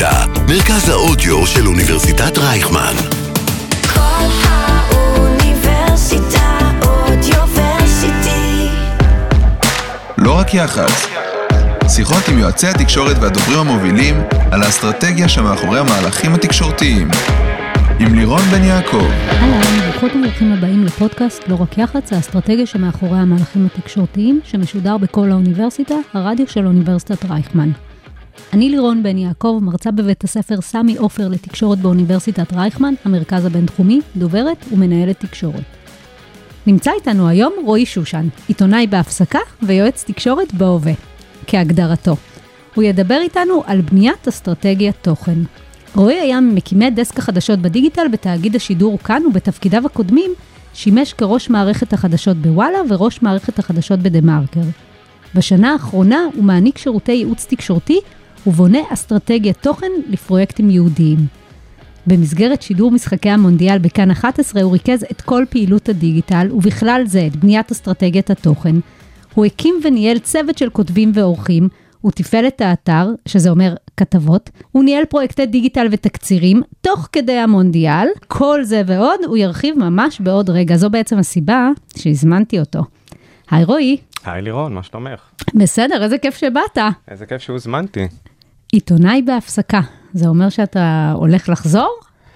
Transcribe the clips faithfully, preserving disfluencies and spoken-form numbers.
האוניברסיטה, מרכז האודיו של אוניברסיטת רייכמן. כל האוניברסיטה אודיוורסיטי. לא רק יח"צ. שיחות עם יועצי התקשורת והדוברים המובילים על האסטרטגיה שמאחורי המהלכים התקשורתיים. עם לירון בן יעקב. אהלן, ברוכות וברוכים הבאים לפודקאסט לא רק יח"צ, האסטרטגיה שמאחורי המהלכים התקשורתיים, שמשודר בכל האוניברסיטה, הרדיו של אוניברסיטת רייכמן. אני לירון בן יעקב, מרצה בבית הספר סמי עופר לתקשורת באוניברסיטת רייכמן, המרכז הבינתחומי, דוברת ומנהלת תקשורת. נמצא איתנו היום רועי שושן, עיתונאי בהפסקה ויועץ תקשורת בהווה, כהגדרתו. הוא ידבר איתנו על בניית אסטרטגיית תוכן. רועי היה ממקימי דסק החדשות בדיגיטל בתאגיד השידור כאן, ובתפקידיו הקודמים שימש כראש מערכת החדשות בוואלה וראש מערכת החדשות בדמרקר. בשנה האחרונה הוא מעניק שירותי ייעוץ תקשורתי ובונה אסטרטגיית תוכן לפרויקטים יהודיים. במסגרת שידור משחקי המונדיאל בכאן אחת עשרה הוא ריכז את כל פעילות הדיגיטל, ובכלל זה את בניית אסטרטגיית התוכן. הוא הקים וניהל צוות של כותבים ועורכים, הוא תפעל את האתר, שזה אומר כתבות, הוא ניהל פרויקטי דיגיטל ותקצירים, תוך כדי המונדיאל, כל זה ועוד הוא ירחיב ממש בעוד רגע. זו בעצם הסיבה שהזמנתי אותו. היי רועי. היי לירון, מה שלומך? בסדר, איזה כיף שבאת. איזה כיף שהוזמנתי. עיתונאי בהפסקה, זה אומר שאתה הולך לחזור?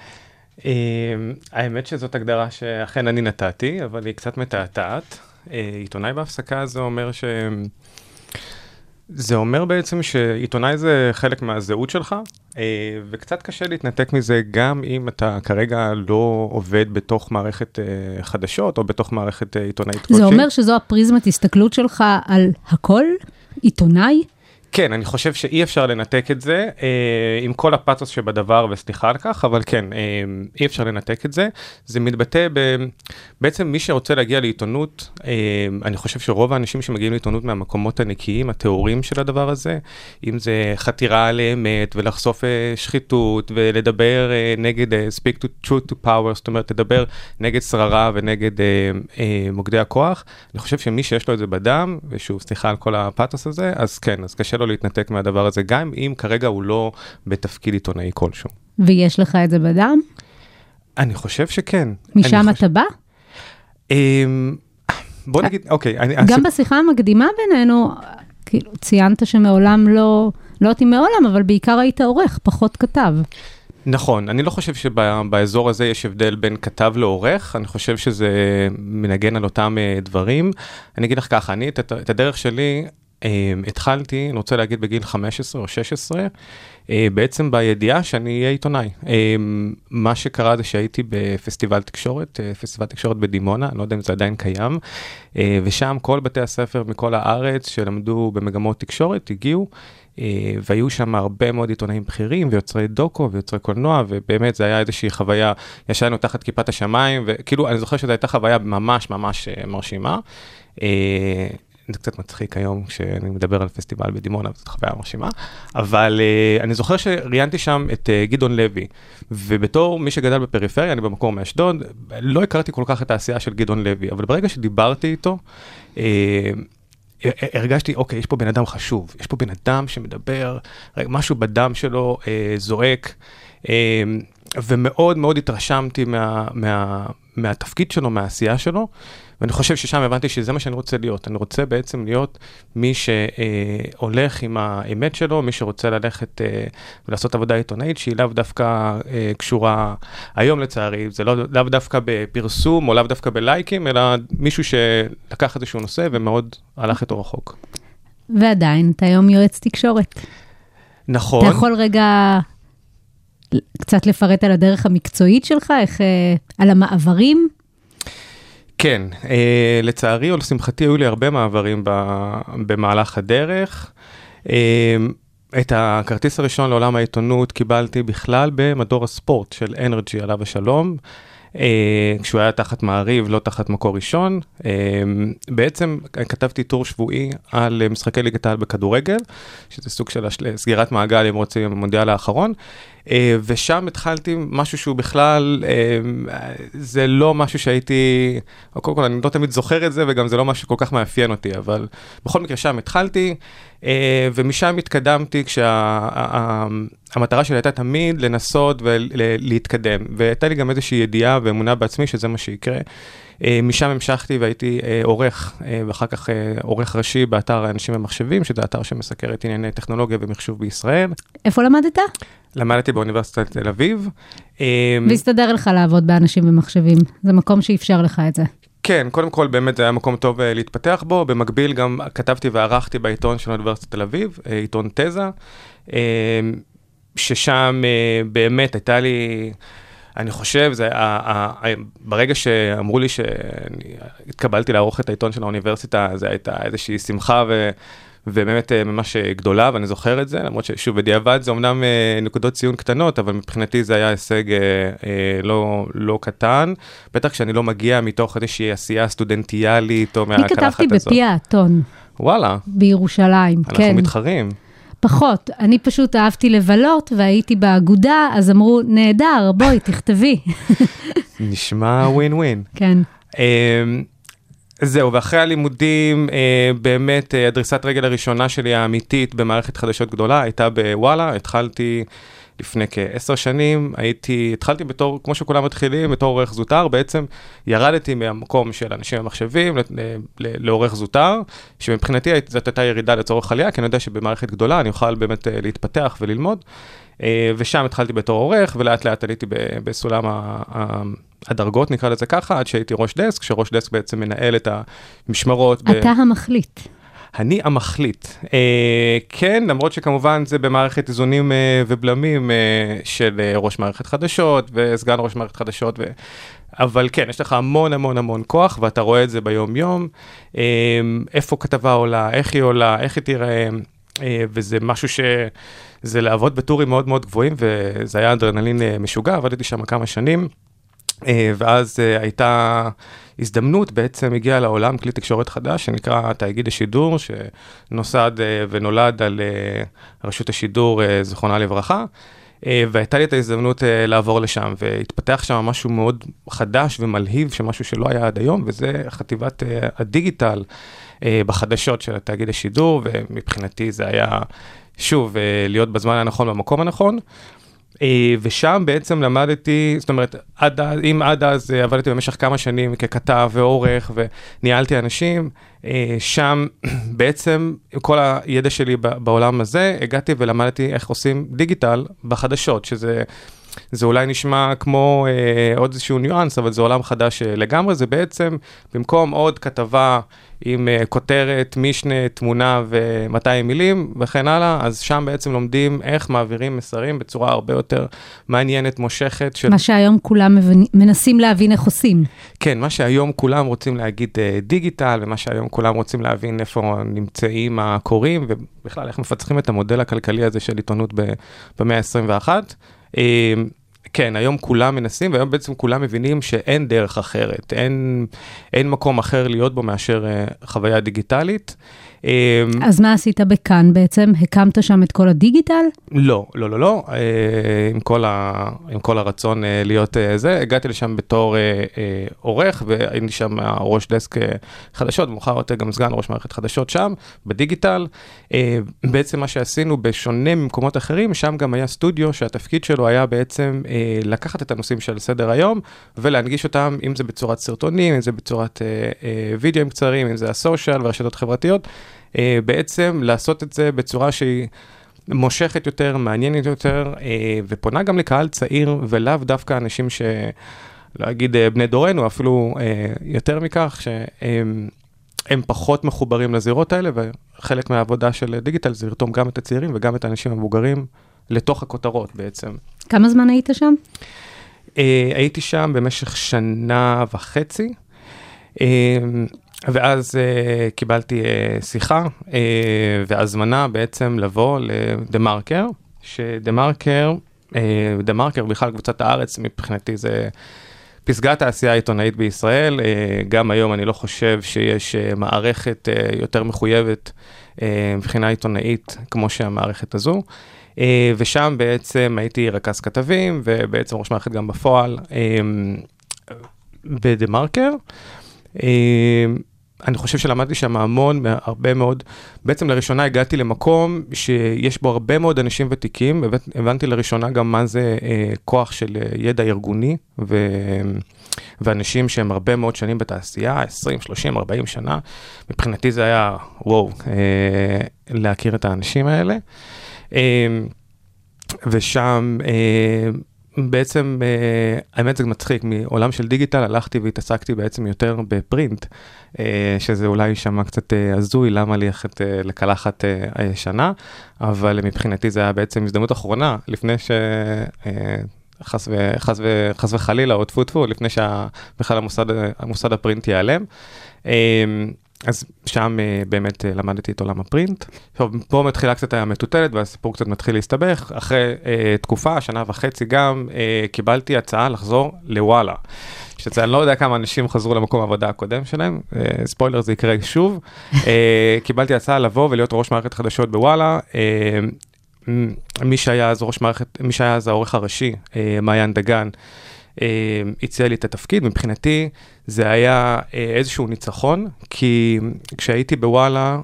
האמת שזאת הגדרה שאכן אני נתתי, אבל היא קצת מתעתעת. עיתונאי בהפסקה זה אומר ש... זה אומר בעצם שעיתונאי זה חלק מהזהות שלך, וקצת קשה להתנתק מזה גם אם אתה כרגע לא עובד בתוך מערכת חדשות, או בתוך מערכת עיתונאית כלשהי. זה אומר שזו הפריזמת הסתכלות שלך על הכל? עיתונאי? כן, אני חושב שאי אפשר לנתק את זה, אה, עם כל הפאתוס שבדבר, וסליחה על כך, אבל כן, אה, אי אפשר לנתק את זה. זה מתבטא ב... בעצם מי שרוצה להגיע לעיתונות, אה, אני חושב שרוב האנשים שמגיעים לעיתונות מהמקומות הנקיים, התיאורים של הדבר הזה, אם זה חתירה לאמת, ולחשוף אה, שחיתות, ולדבר אה, נגד, אה, speak to truth to power, זאת אומרת, לדבר נגד שררה ונגד אה, אה, מוקדי הכוח, אני חושב שמי שיש לו את זה בדם, ושוב, סליחה על כל הפאתוס הזה, אז כן, אז קשה לו להתנתק מהדבר הזה, גם אם כרגע הוא לא בתפקיד עיתונאי כלשהו. ויש לך את זה בדם? אני חושב שכן. משם אתה בא? בוא נגיד, אוקיי. גם בשיחה המקדימה בינינו, כאילו, ציינת שמעולם לא, לא אותי מעולם, אבל בעיקר היית עורך, פחות כתב. נכון, אני לא חושב שבאזור הזה יש הבדל בין כתב לעורך, אני חושב שזה מנגן על אותם דברים. אני אגיד לך ככה, אני את הדרך שלי, התחלתי, אני רוצה להגיד בגיל חמש עשרה או שש עשרה, בעצם בידיעה שאני אהיה עיתונאי. מה שקרה זה שהייתי בפסטיבל תקשורת, פסטיבל תקשורת בדימונה, אני לא יודע אם זה עדיין קיים, ושם כל בתי הספר מכל הארץ שלמדו במגמות תקשורת הגיעו, והיו שם הרבה מאוד עיתונאים בכירים, ויוצרי דוקו, ויוצרי קולנוע, ובאמת זה היה איזושהי חוויה, ישנו תחת כיפת השמיים, וכאילו אני זוכר שזו הייתה חוויה ממש ממש מרשימה. זה קצת מצחיק היום כשאני מדבר על פסטיבל בדימונה, וזאת חוויה מרשימה, אבל uh, אני זוכר שראיינתי שם את uh, גדעון לוי, ובתור מי שגדל בפריפריה, אני במקור מאשדוד, לא הכרתי כל כך את העשייה של גדעון לוי, אבל ברגע שדיברתי איתו, uh, הרגשתי, אוקיי, יש פה בן אדם חשוב, יש פה בן אדם שמדבר, משהו בדם שלו uh, זועק, uh, ומאוד מאוד התרשמתי מה, מה, מהתפקיד שלו, מהעשייה שלו, ואני חושב ששם הבנתי שזה מה שאני רוצה להיות. אני רוצה בעצם להיות מי שהולך עם האמת שלו, מי שרוצה ללכת ולעשות עבודה עיתונאית, שהיא לאו דווקא קשורה היום לצערי, זה לא לאו דווקא בפרסום או לאו דווקא בלייקים, אלא מישהו שלקח איזשהו נושא ומאוד הלך איתו רחוק. ועדיין, אתה היום יועץ תקשורת. נכון. אתה יכול רגע קצת לפרט על הדרך המקצועית שלך, איך, על המעברים? כן, אה, לצערי או לשמחתי היו לי הרבה מעברים במהלך הדרך. אה, את הכרטיס הראשון לעולם העיתונות קיבלתי בכלל במדור הספורט של אנרג'י עליו השלום, אה, כשהוא היה תחת מעריב, לא תחת מקור ראשון. אה, בעצם כתבתי טור שבועי על משחקי ליגת העל בכדורגל, שזה סוג של סגירת מעגל אם רוצים המונדיאל האחרון. ושם התחלתי משהו שהוא בכלל, זה לא משהו שהייתי, קודם כל אני לא תמיד זוכר את זה, וגם זה לא משהו כל כך מאפיין אותי, אבל בכל מקרה שם התחלתי, ומשם התקדמתי כשהמטרה שלי הייתה תמיד לנסות ולהתקדם, והייתה לי גם איזושהי ידיעה ואמונה בעצמי שזה מה שיקרה. משם המשכתי והייתי עורך, ואחר כך עורך ראשי באתר אנשים ומחשבים, שזה אתר שמסקר את ענייני טכנולוגיה ומחשוב בישראל. איפה למדת? למדתי באוניברסיטת תל אביב. והסתדר לך לעבוד באנשים ומחשבים, זה מקום שאפשר לך את זה. כן, קודם כל באמת זה היה מקום טוב להתפתח בו, במקביל גם כתבתי וערכתי בעיתון של אוניברסיטת תל אביב, עיתון תזה, ששם באמת הייתה לי, אני חושב, זה, ברגע שאמרו לי שהתקבלתי לערוך את העיתון של האוניברסיטה, זה הייתה איזושהי שמחה ו... ובאמת ממש גדולה, ואני זוכר את זה, למרות ששוב בדיעבד זה אומנם נקודות ציון קטנות, אבל מבחינתי זה היה הישג לא, לא קטן, בטח שאני לא מגיע מתוך איזושהי עשייה סטודנטיאלית או מהקלחת הזאת. אני כתבתי בפי האתון. וואלה. בירושלים, אנחנו כן. אנחנו מתחרים. פחות, אני פשוט אהבתי לבלות, והייתי באגודה, אז אמרו, נהדר, בואי, תכתבי. נשמע ווין ווין. כן. זהו, ואחרי הלימודים, אה, באמת, אה, הדריסת רגל הראשונה שלי האמיתית במערכת חדשות גדולה, הייתה בוואלה, התחלתי לפני כעשר שנים, הייתי, התחלתי בתור, כמו שכולם מתחילים, בתור עורך זוטר, בעצם ירדתי מהמקום של אנשים המחשבים, לעורך זוטר, שמבחינתי זאת הייתה ירידה לצורך עלייה, כי אני יודע שבמערכת גדולה אני אוכל באמת אה, להתפתח וללמוד, אה, ושם התחלתי בתור עורך, ולאט לאט עליתי בסולם ה... הדרגות, נקרא לזה ככה, עד שהייתי ראש דסק, שראש דסק בעצם מנהל את המשמרות. אתה ב... המחליט. אני המחליט. אה, כן, למרות שכמובן זה במערכת איזונים אה, ובלמים אה, של אה, ראש מערכת חדשות, וסגן ראש מערכת חדשות, ו... אבל כן, יש לך המון המון המון כוח, ואתה רואה את זה ביום יום, אה, איפה כתבה עולה, איך היא עולה, איך היא תראה, אה, וזה משהו ש... זה לעבוד בטורים מאוד מאוד גבוהים, וזה היה אדרנלין אה, משוגע, עבדתי שם כמה שנים, ואז הייתה הזדמנות, בעצם הגיעה לעולם כלי תקשורת חדש, שנקרא תאגיד השידור, שנוסד ונולד על רשות השידור, זכרונה לברכה, והייתה לי את ההזדמנות לעבור לשם, והתפתח שם משהו מאוד חדש ומלהיב, שמשהו שלא היה עד היום, וזה חטיבת הדיגיטל בחדשות של תאגיד השידור, ומבחינתי זה היה, שוב, להיות בזמן הנכון, במקום הנכון, ושם בעצם למדתי, זאת אומרת, עד, אם עד אז עבדתי במשך כמה שנים ככתב ועורך וניהלתי אנשים, שם בעצם עם כל הידע שלי בעולם הזה, הגעתי ולמדתי איך עושים דיגיטל בחדשות, שזה זה אולי נשמע כמו אה, עוד איזשהו ניואנס, אבל זה עולם חדש לגמרי, זה בעצם במקום עוד כתבה עם אה, כותרת, משנה, תמונה ו-מאתיים מילים וכן הלאה, אז שם בעצם לומדים איך מעבירים מסרים בצורה הרבה יותר מעניינת, מושכת. של... מה שהיום כולם מנסים להבין איך עושים. כן, מה שהיום כולם רוצים להגיד אה, דיגיטל, ומה שהיום כולם רוצים להבין איפה נמצאים הקוראים, ובכלל איך מפצחים את המודל הכלכלי הזה של עיתונות במאה ה-עשרים ואחת. כן, היום כולם מנסים, והיום בעצם כולם מבינים שאין דרך אחרת, אין, אין מקום אחר להיות בו מאשר חוויה דיגיטלית. אז מה עשית בכאן בעצם? הקמת שם את כל הדיגיטל? לא, לא, לא, לא. עם כל, ה, עם כל הרצון להיות זה, הגעתי לשם בתור עורך, והייתי שם ראש דסק חדשות, ומאוחר יותר גם סגן ראש מערכת חדשות שם, בדיגיטל. בעצם מה שעשינו בשונה ממקומות אחרים, שם גם היה סטודיו שהתפקיד שלו היה בעצם לקחת את הנושאים של סדר היום, ולהנגיש אותם, אם זה בצורת סרטונים, אם זה בצורת וידאוים קצרים, אם זה הסושיאל והרשתות חברתיות, בעצם לעשות את זה בצורה שהיא מושכת יותר, מעניינת יותר, ופונה גם לקהל צעיר, ולאו דווקא אנשים ש... לא אגיד בני דורנו, אפילו יותר מכך, שהם הם פחות מחוברים לזירות האלה, וחלק מהעבודה של דיגיטל זה לרתום גם את הצעירים וגם את האנשים המבוגרים לתוך הכותרות בעצם. כמה זמן היית שם? הייתי שם במשך שנה וחצי, ואז uh, קיבלתי uh, שיחה uh, והזמנה בעצם לבוא לדמרקר, שדמרקר, uh, דמרקר בכלל קבוצת הארץ מבחינתי זה פסגת העשייה העיתונאית בישראל, גם היום אני לא חושב שיש מערכת יותר מחויבת מבחינה עיתונאית כמו שהמערכת הזו, ושם בעצם הייתי רכז כתבים, ובעצם ראש מערכת גם בפועל בדה-מרקר. אני חושב שלמדתי שם המון, הרבה מאוד, בעצם לראשונה הגעתי למקום שיש בו הרבה מאוד אנשים ותיקים, הבנתי לראשונה גם מה זה אה, כוח של ידע ארגוני, ו... ואנשים שהם הרבה מאוד שנים בתעשייה, עשרים, שלושים, ארבעים שנה, מבחינתי זה היה, וואו, אה, להכיר את האנשים האלה, אה, ושם אה, בעצם, האמת זה מצחיק, מעולם של דיגיטל הלכתי והתעסקתי בעצם יותר בפרינט, שזה אולי שמע קצת הזוי, למה לי ללכת לקלחת הישנה, אבל מבחינתי זה היה בעצם הזדמנות אחרונה, לפני שחס וחס וחס וחלילה, או טפו טפו, לפני שבכלל המוסד, המוסד הפרינט ייעלם. אז שם באמת למדתי את עולם הפרינט. טוב, פה מתחילה קצת המטוטלת, והסיפור קצת מתחיל להסתבך. אחרי אה, תקופה, שנה וחצי גם, אה, קיבלתי הצעה לחזור לוואלה. שזה, אני לא יודע כמה אנשים חזרו למקום העבודה הקודם שלהם, אה, ספוילר, זה יקרה שוב. אה, קיבלתי הצעה לבוא ולהיות ראש מערכת חדשות בוואלה. אה, מי שהיה אז ראש מערכת, מי שהיה אז העורך הראשי, אה, מעיין דגן, הציע לי את התפקיד. מבחינתי זה היה איזשהו ניצחון, כי כשהייתי בוואלה,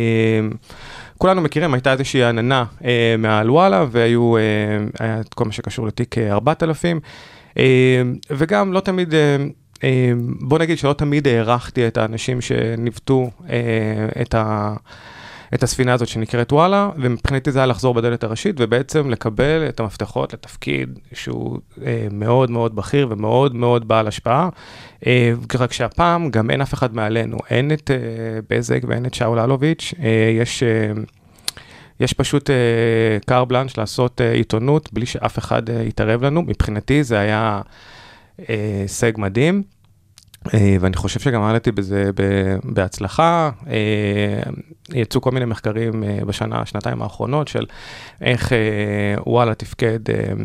כולנו מכירים, הייתה איזושהי עננה מעל וואלה, והיו, היה את כל מה שקשור לתיק ארבעת אלפים, וגם לא תמיד, בוא נגיד שלא תמיד הערכתי את האנשים שניווטו את ה... את הספינה הזאת שנקראת וואלה, ומבחינתי זה היה לחזור בדלת הראשית, ובעצם לקבל את המפתחות לתפקיד שהוא אה, מאוד מאוד בכיר, ומאוד מאוד בעל השפעה, אה, רק שהפעם גם אין אף אחד מעלינו, אין את אה, בזק ואין את שאול אלוביץ', אה, יש, אה, יש פשוט אה, קאר בלנש לעשות אה, עיתונות, בלי שאף אחד אה, יתערב לנו, מבחינתי זה היה אה, סג מדהים, ואני חושב שגם עליתי בזה בהצלחה, יצאו כל מיני מחקרים בשנה, שנתיים האחרונות של איך וואלה תפקד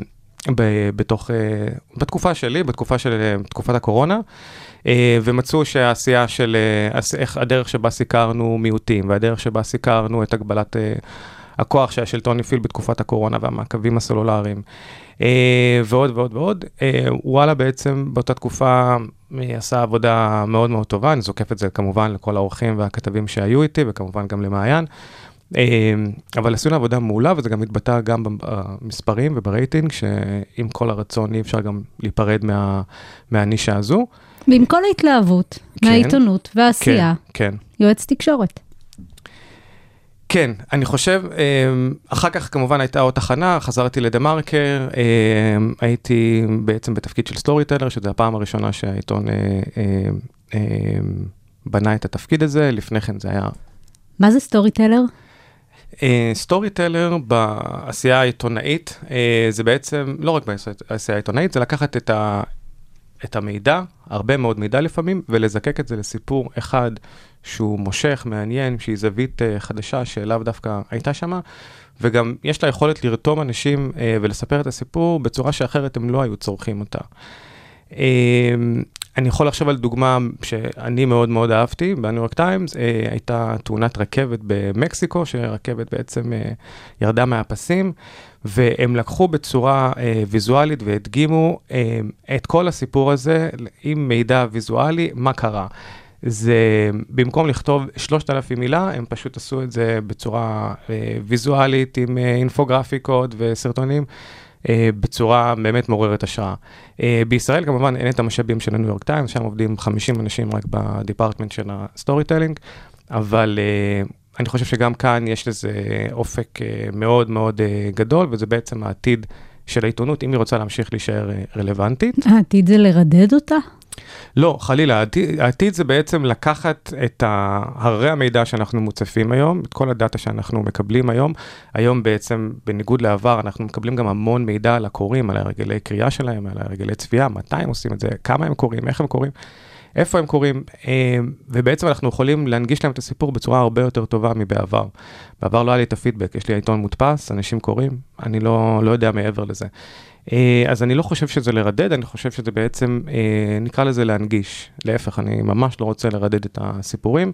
בתוך, בתקופה שלי, בתקופה של תקופת הקורונה, ומצאו שהעשייה של, איך הדרך שבה סיקרנו מיעוטים, והדרך שבה סיקרנו את הגבלת הכוח שהשלטון הפעיל בתקופת הקורונה והמעקבים הסלולריים, ועוד ועוד ועוד. וואלה בעצם באותה תקופה עשה עבודה מאוד מאוד טובה, אני זוקף את זה כמובן לכל האורחים והכתבים שהיו איתי, וכמובן גם למעיין, אבל עשינו עבודה מעולה, וזה גם מתבטא גם במספרים וברייטינג, שעם כל הרצון אי אפשר גם להיפרד מה, מהנישה הזו. ועם כל ההתלהבות, כן, מהעיתונות והעשייה, כן, כן. יועץ תקשורת. כן, אני חושב, אחר כך כמובן הייתה עוד תחנה, חזרתי לדה-מרקר, הייתי בעצם בתפקיד של סטורי טלר, שזו הפעם הראשונה שהעיתון בנה את התפקיד הזה, לפני כן זה היה... מה זה סטורי טלר? סטורי טלר בעשייה העיתונאית, זה בעצם, לא רק בעשייה העיתונאית, זה לקחת את ה... את המידע, הרבה מאוד מידע לפעמים, ולזקק את זה לסיפור אחד שהוא מושך, מעניין, שהיא זווית uh, חדשה שאליו דווקא הייתה שמה, וגם יש לה יכולת לרתום אנשים uh, ולספר את הסיפור בצורה שאחרת הם לא היו צורכים אותה. Uh, אני יכול לחשוב על דוגמה שאני מאוד מאוד אהבתי, בניו יורק טיימס, uh, הייתה תאונת רכבת במקסיקו, שרכבת בעצם uh, ירדה מהפסים, והם לקחו בצורה אה, ויזואלית והדגימו אה, את כל הסיפור הזה עם מידע ויזואלי, מה קרה. זה, במקום לכתוב שלושת אלפים מילה, הם פשוט עשו את זה בצורה אה, ויזואלית, עם אה, אינפוגרפיקות וסרטונים, אה, בצורה באמת מעוררת השראה. אה, בישראל כמובן אין את המשאבים של הניו יורק טיימס, שם עובדים חמישים אנשים רק בדיפרטמנט של הסטורי טלינג, אבל... אה, אני חושב שגם כאן יש לזה אופק מאוד מאוד גדול, וזה בעצם העתיד של העיתונות, אם היא רוצה להמשיך להישאר רלוונטית. העתיד זה לרדד אותה? לא, חלילה, העתיד, העתיד זה בעצם לקחת את הרי המידע שאנחנו מוצפים היום, את כל הדאטה שאנחנו מקבלים היום. היום בעצם, בניגוד לעבר, אנחנו מקבלים גם המון מידע על הקוראים, על הרגלי קריאה שלהם, על הרגלי צפייה, מתי הם עושים את זה, כמה הם קוראים, איך הם קוראים. איפה הם קוראים, ובעצם אנחנו יכולים להנגיש להם את הסיפור בצורה הרבה יותר טובה מבעבר. בעבר לא היה לי את הפידבק, יש לי עיתון מודפס, אנשים קוראים, אני לא, לא יודע מעבר לזה. אז אני לא חושב שזה לרדד, אני חושב שזה בעצם, נקרא לזה להנגיש. להפך, אני ממש לא רוצה לרדד את הסיפורים.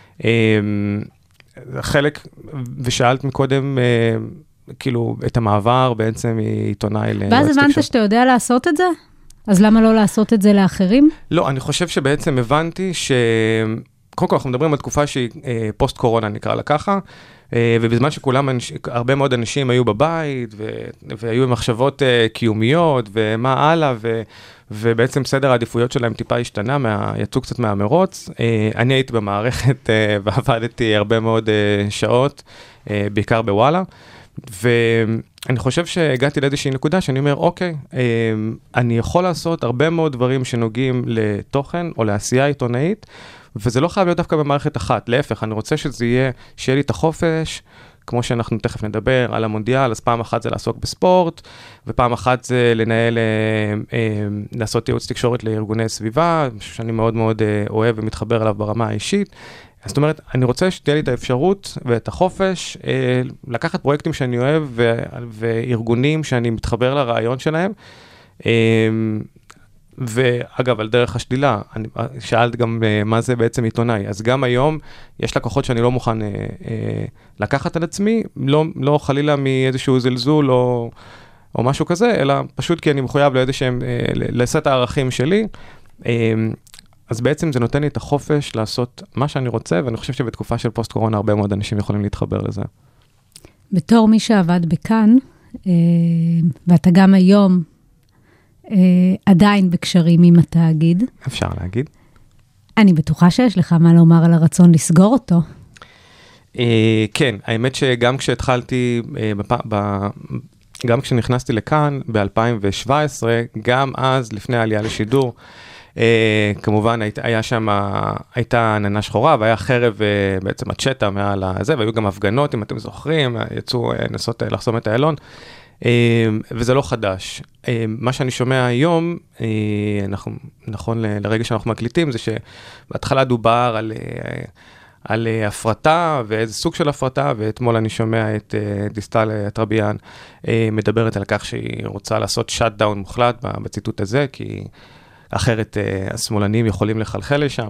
חלק, ושאלת מקודם, כאילו, את המעבר בעצם מעיתונאי ליועץ תקשורת. ואז הבנת שאתה יודע לעשות את זה? אז למה לא לעשות את זה לאחרים? לא, אני חושב שבעצם הבנתי ש... קודם כל, אנחנו מדברים על תקופה שהיא פוסט קורונה, נקרא לה ככה, ובזמן שכולם, הרבה מאוד אנשים היו בבית, והיו במחשבות קיומיות, ומה הלאה, ובעצם סדר העדיפויות שלהם טיפה השתנה, יצאו קצת מהמרוץ. אני הייתי במערכת, ועבדתי הרבה מאוד שעות, בעיקר בוואלה, ואני חושב שהגעתי לאיזושהי נקודה שאני אומר, אוקיי, אני יכול לעשות הרבה מאוד דברים שנוגעים לתוכן או לעשייה עיתונאית, וזה לא חייב להיות דווקא במערכת אחת, להפך, אני רוצה שזה יהיה, שיהיה לי את החופש, כמו שאנחנו תכף נדבר על המונדיאל, אז פעם אחת זה לעסוק בספורט, ופעם אחת זה לנהל, לעשות ייעוץ תקשורת לארגוני סביבה, שאני מאוד מאוד אוהב ומתחבר אליו ברמה האישית. זאת אומרת, אני רוצה שתהיה לי את האפשרות ואת החופש, לקחת פרויקטים שאני אוהב, וארגונים שאני מתחבר לרעיון שלהם, ואגב, על דרך השלילה, אני שאלת גם מה זה בעצם עיתונאי, אז גם היום יש לקוחות שאני לא מוכן אה, אה, לקחת על עצמי, לא, לא חלילה מאיזשהו זלזול או, או משהו כזה, אלא פשוט כי אני מחויב לאיזשהם, אה, לסט הערכים שלי, אה, אז בעצם זה נותן לי את החופש לעשות מה שאני רוצה, ואני חושב שבתקופה של פוסט קורונה הרבה מאוד אנשים יכולים להתחבר לזה. בתור מי שעבד בכאן, אה, ואתה גם היום, Uh, עדיין בקשרים עם התאגיד. אפשר להגיד. אני בטוחה שיש לך מה לומר על הרצון לסגור אותו. Uh, כן, האמת שגם כשהתחלתי, uh, בפ... ב... גם כשנכנסתי לכאן ב-אלפיים שבע עשרה, גם אז, לפני העלייה לשידור, uh, כמובן היית, היה שם, הייתה עננה שחורה, והיה חרב uh, בעצם הצ'טה מעל הזה, והיו גם הפגנות, אם אתם זוכרים, יצאו uh, נסות uh, לחסום את האלון, וזה לא חדש. מה שאני שומע היום, אנחנו, נכון לרגע שאנחנו מקליטים, זה שבהתחלה דובר על, על הפרטה, ואיזה סוג של הפרטה, ואתמול אני שומע את דיסטל אטרביאן, מדברת על כך שהיא רוצה לעשות שאט דאון מוחלט בציטוט הזה, כי אחרת השמאלנים יכולים לחלחל לשם.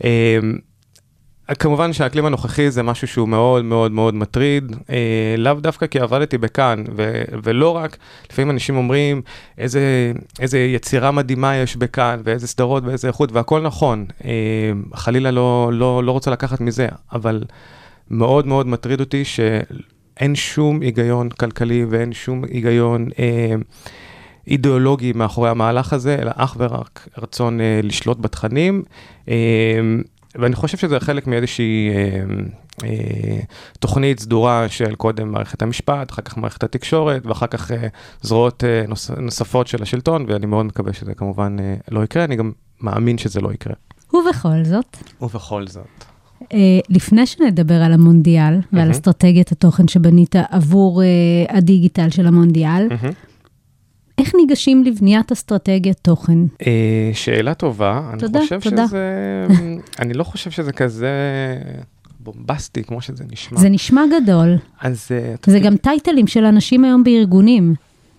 כמובן שהאקלים הנוכחי זה משהו שהוא מאוד מאוד מאוד מטריד, אה, לאו דווקא כי עבדתי בכאן, ו- ולא רק, לפעמים אנשים אומרים איזה, איזה יצירה מדהימה יש בכאן, ואיזה סדרות ואיזה איכות, והכל נכון, אה, חלילה לא, לא, לא רוצה לקחת מזה, אבל מאוד מאוד מטריד אותי שאין שום היגיון כלכלי, ואין שום היגיון אה, אידיאולוגי מאחורי המהלך הזה, אלא אך ורק רצון אה, לשלוט בתכנים, אה, ואני חושב שזה חלק מאיזושהי אה, אה, תוכנית סדורה של קודם מערכת המשפט, אחר כך מערכת התקשורת, ואחר כך אה, זרועות אה, נוס, נוספות של השלטון, ואני מאוד מקווה שזה כמובן אה, לא יקרה, אני גם מאמין שזה לא יקרה. ובכל זאת. ובכל זאת. אה, לפני שנדבר על המונדיאל, mm-hmm. ועל אסטרטגיית התוכן שבנית עבור אה, הדיגיטל של המונדיאל, mm-hmm. איך ניגשים לבניית אסטרטגיית תוכן? שאלה טובה. תודה, אני חושב תודה. שזה, אני לא חושב שזה כזה בומבסטי, כמו שזה נשמע. זה נשמע גדול. אז... זה גם טייטלים של אנשים היום בארגונים.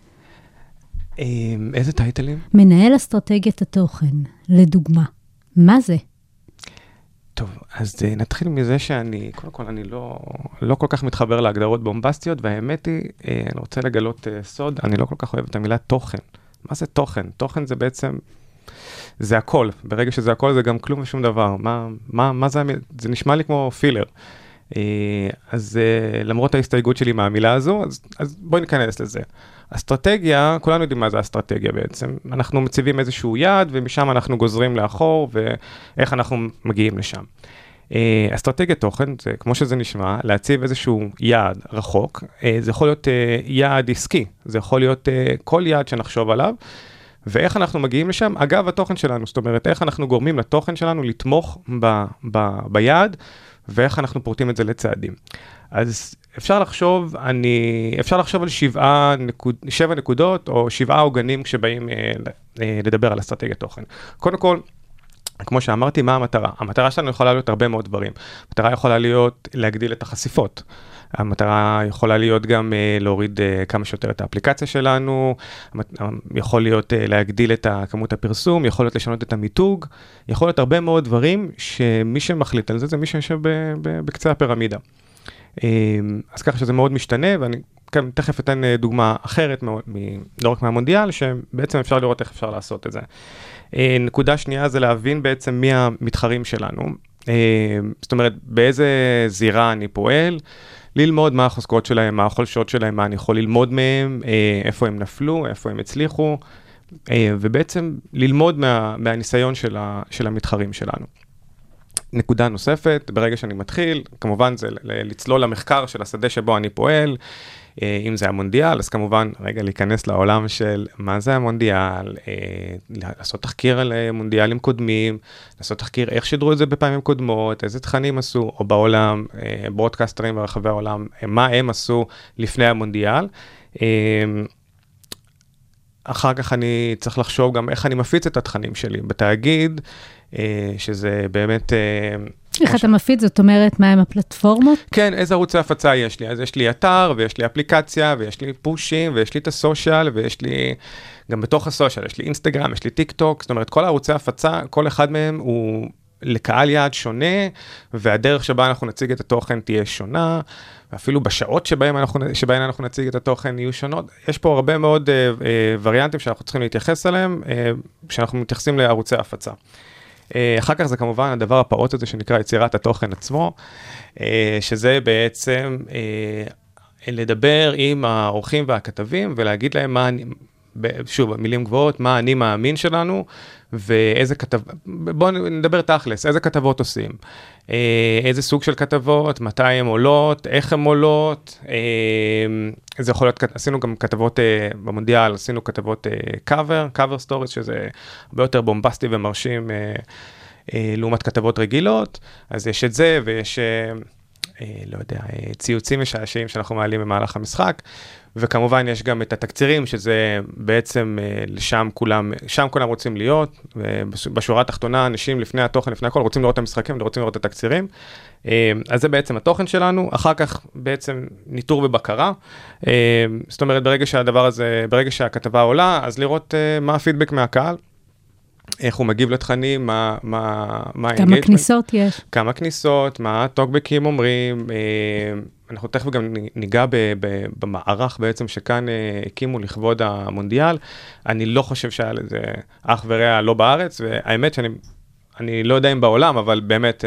איזה טייטלים? מנהל אסטרטגיית התוכן, לדוגמה. מה זה? טוב, אז נתחיל מזה שאני, קודם כל, אני לא, לא כל כך מתחבר להגדרות בומבסטיות, והאמת היא, אני רוצה לגלות סוד, אני לא כל כך אוהב את המילה תוכן. מה זה תוכן? תוכן זה בעצם, זה הכל. ברגע שזה הכל, זה גם כלום ושום דבר. מה, מה, מה זה, זה נשמע לי כמו פילר. אז למרות ההסתייגות שלי מהמילה הזו, אז, אז בואי ניכנס לזה. אסטרטגיה, כולנו יודעים מה זה אסטרטגיה בעצם. אנחנו מציבים איזשהו יעד, ומשם אנחנו גוזרים לאחור, ואיך אנחנו מגיעים לשם. אסטרטגיית תוכן, זה כמו שזה נשמע, להציב איזשהו יעד רחוק. זה יכול להיות יעד עסקי, זה יכול להיות כל יעד שנחשוב עליו, ואיך אנחנו מגיעים לשם, אגב התוכן שלנו, זאת אומרת, איך אנחנו גורמים לתוכן שלנו לתמוך ב, ב, ביעד, ואיך אנחנו פורטים את זה לצעדים. אז אפשר לחשוב, אני, אפשר לחשוב על שבעה נקוד, שבע נקודות, או שבעה עוגנים כשבאים אה, אה, לדבר על אסטרטגיית תוכן. קודם כל, כמו שאמרתי, מה המטרה? המטרה שלנו יכולה להיות הרבה מאוד דברים. המטרה יכולה להיות להגדיל את החשיפות. המטרה יכולה להיות גם uh, להוריד uh, כמה שיותר את האפליקציה שלנו, יכול להיות uh, להגדיל את כמות הפרסום, יכול להיות לשנות את המיתוג, יכול להיות הרבה מאוד דברים שמי שמחליט על זה, זה מי שיושב בקצה הפירמידה. Uh, אז ככה שזה מאוד משתנה, ואני כאן תכף אתן uh, דוגמה אחרת, מ- מ- לא רק מהמונדיאל, שבעצם אפשר לראות איך אפשר לעשות את זה. Uh, נקודה שנייה זה להבין בעצם מי המתחרים שלנו, uh, זאת אומרת, באיזה זירה אני פועל, ללמוד מה החוזקות שלהם, מה החולשות שלהם, מה אני יכול ללמוד מהם, איפה הם נפלו, איפה הם הצליחו, ובעצם ללמוד מה, מהניסיון של, ה, של המתחרים שלנו. נקודה נוספת, ברגע שאני מתחיל, כמובן זה לצלול למחקר של השדה שבו אני פועל, אם זה המונדיאל, אז כמובן רגע להיכנס לעולם של מה זה המונדיאל, לעשות תחקיר על מונדיאלים קודמים, לעשות תחקיר איך שדרו את זה בפעמים קודמות, איזה תכנים עשו, או בעולם, ברודקאסטרים ברחבי העולם, מה הם עשו לפני המונדיאל. אחר כך אני צריך לחשוב גם איך אני מפיץ את התכנים שלי בתאגיד, שזה באמת... איך אתה מפיץ? זאת אומרת, מה הם הפלטפורמות? כן, איזה ערוצי הפצה יש לי? אז יש לי אתר, ויש לי אפליקציה, ויש לי פושים, ויש לי את הסושיאל, ויש לי גם בתוך הסושיאל, יש לי אינסטגרם, יש לי טיק טוק, זאת אומרת, כל הערוצי הפצה, כל אחד מהם הוא לקהל יעד שונה, והדרך שבה אנחנו נציג את התוכן תהיה שונה, ואפילו בשעות שבהן אנחנו, שבהן אנחנו נציג את התוכן יהיו שונות. יש פה הרבה מאוד אה, אה, וריאנטים שאנחנו צריכים להתייחס אליהם, אה, כשאנחנו מתייחסים לערוצי הפצה. אחר כך זה כמובן הדבר הפעוט הזה שנקרא יצירת התוכן עצמו, שזה בעצם לדבר עם האורחים והכתבים ולהגיד להם מה אני, שוב, מילים גבוהות, מה אני מאמין שלנו ואיזה כתב... בואו נדבר תכלס, איזה כתבות עושים, איזה סוג של כתבות, מתי הן עולות, איך הן עולות, זה יכול להיות, עשינו גם כתבות במונדיאל, עשינו כתבות cover, cover stories, שזה הרבה יותר בומבסטי ומרשים לעומת כתבות רגילות, אז יש את זה ויש, לא יודע, ציוצים משעשעים שאנחנו מעלים במהלך המשחק, וכמובן יש גם את התקצירים, שזה בעצם לשם כולם, שם כולם רוצים להיות, בשורה התחתונה, אנשים לפני התוכן, לפני הכל, רוצים לראות את המשחקים, רוצים לראות את התקצירים, אז זה בעצם התוכן שלנו, אחר כך בעצם ניטור ובקרה, זאת אומרת, ברגע שהדבר הזה, ברגע שהכתבה עולה, אז לראות מה הפידבק מהקהל, איך הוא מגיב לתכנים, מה, מה, מה כמה כניסות יש. כמה כניסות, מה הטוקבקים אומרים, אנחנו תכף גם ניגע ב, ב, במערך בעצם שכאן הקימו לכבוד המונדיאל, אני לא חושב שהיה לזה אח ורע לא בארץ, והאמת שאני אני לא יודע אם בעולם, אבל באמת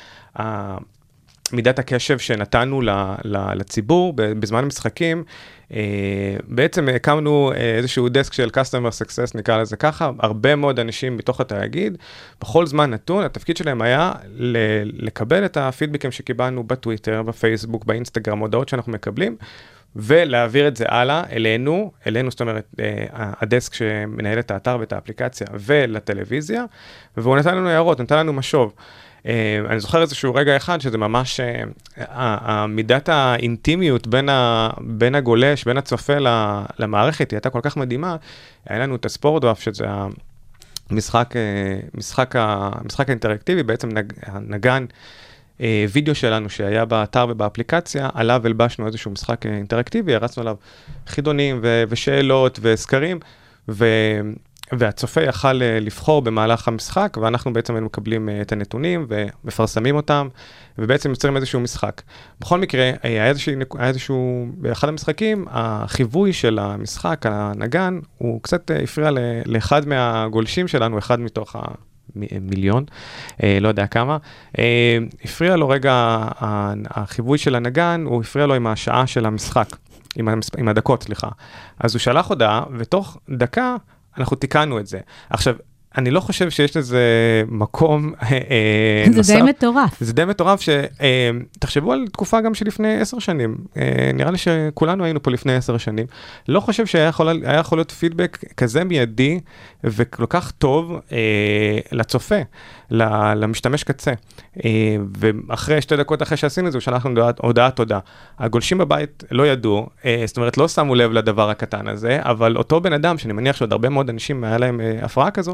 מידת הקשב שנתנו לציבור בזמן המשחקים, בעצם הקמנו איזשהו דסק של Customer Success, נקרא לזה ככה, הרבה מאוד אנשים בתוך התאגיד, בכל זמן נתון, התפקיד שלהם היה לקבל את הפידבקים שקיבלנו בטוויטר, בפייסבוק, באינסטגרם, הודעות שאנחנו מקבלים, ולהעביר את זה הלאה אלינו, אלינו, זאת אומרת, הדסק שמנהל את האתר ואת האפליקציה ולטלוויזיה, והוא נתן לנו הערות, נתן לנו משוב. אני זוכר איזשהו רגע אחד שזה ממש, מידת האינטימיות בין הגולש, בין הצופה למערכת, היא הייתה כל כך מדהימה, היה לנו את הספורטדרפט, שזה המשחק, משחק, המשחק האינטראקטיבי, בעצם נגן וידאו שלנו שהיה באתר ובאפליקציה, עליו הלבשנו איזשהו משחק אינטראקטיבי, הרצנו עליו חידונים ושאלות וסקרים, ו... והצופה יכל לבחור במהלך המשחק, ואנחנו בעצם מקבלים את הנתונים ומפרסמים אותם, ובעצם יוצרים איזשהו משחק. בכל מקרה, היה איזשהו, היה איזשהו, באחד המשחקים, החיווי של המשחק, הנגן, הוא קצת הפריע לאחד מהגולשים שלנו, אחד מתוך המיליון, לא יודע כמה, הפריע לו רגע, החיווי של הנגן, הוא הפריע לו עם השעה של המשחק, עם הדקות, סליחה. אז הוא שלח הודעה, ותוך דקה, אנחנו תיקנו את זה. עכשיו, אני לא חושב שיש לזה מקום נוסף. זה די מטורף. זה די מטורף שתחשבו על תקופה גם שלפני עשר שנים. נראה לי שכולנו היינו פה לפני עשר שנים. לא חושב שהיה יכול, היה יכול להיות פידבק כזה מיידי וכל כך טוב לצופה, למשתמש קצה. ואחרי שתי דקות אחרי שעשינו את זה, שלחנו הודעת תודה. הגולשים בבית לא ידעו, זאת אומרת, לא שמו לב לדבר הקטן הזה, אבל אותו בן אדם, שאני מניח שעוד הרבה מאוד אנשים היה להם הפרעה כזו,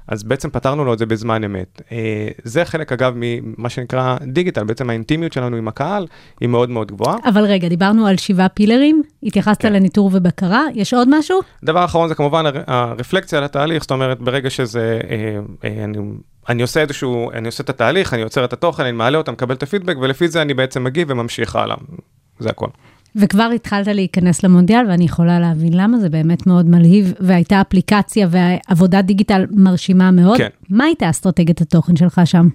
אז בעצם פתרנו לו את זה בזמן אמת. זה חלק אגב ממה שנקרא דיגיטל, בעצם האינטימיות שלנו עם הקהל היא מאוד מאוד גבוהה. אבל רגע, דיברנו על שבעה פילרים, התייחסת כן. לניטור ובקרה, יש עוד משהו? דבר אחרון זה כמובן הרפלקציה על התהליך, זאת אומרת ברגע שזה, אני, אני עושה איזשהו, אני עושה את התהליך, אני יוצר את התוכן, אני מעלה אותה, מקבל את הפידבק, ולפי זה אני בעצם מגיב וממשיך הלאה. זה הכל. וכבר התחלת להיכנס למונדיאל, ואני יכולה להבין למה, זה באמת מאוד מלהיב, והייתה אפליקציה ועבודת דיגיטל מרשימה מאוד. כן. מה הייתה אסטרטגיית התוכן שלך שם?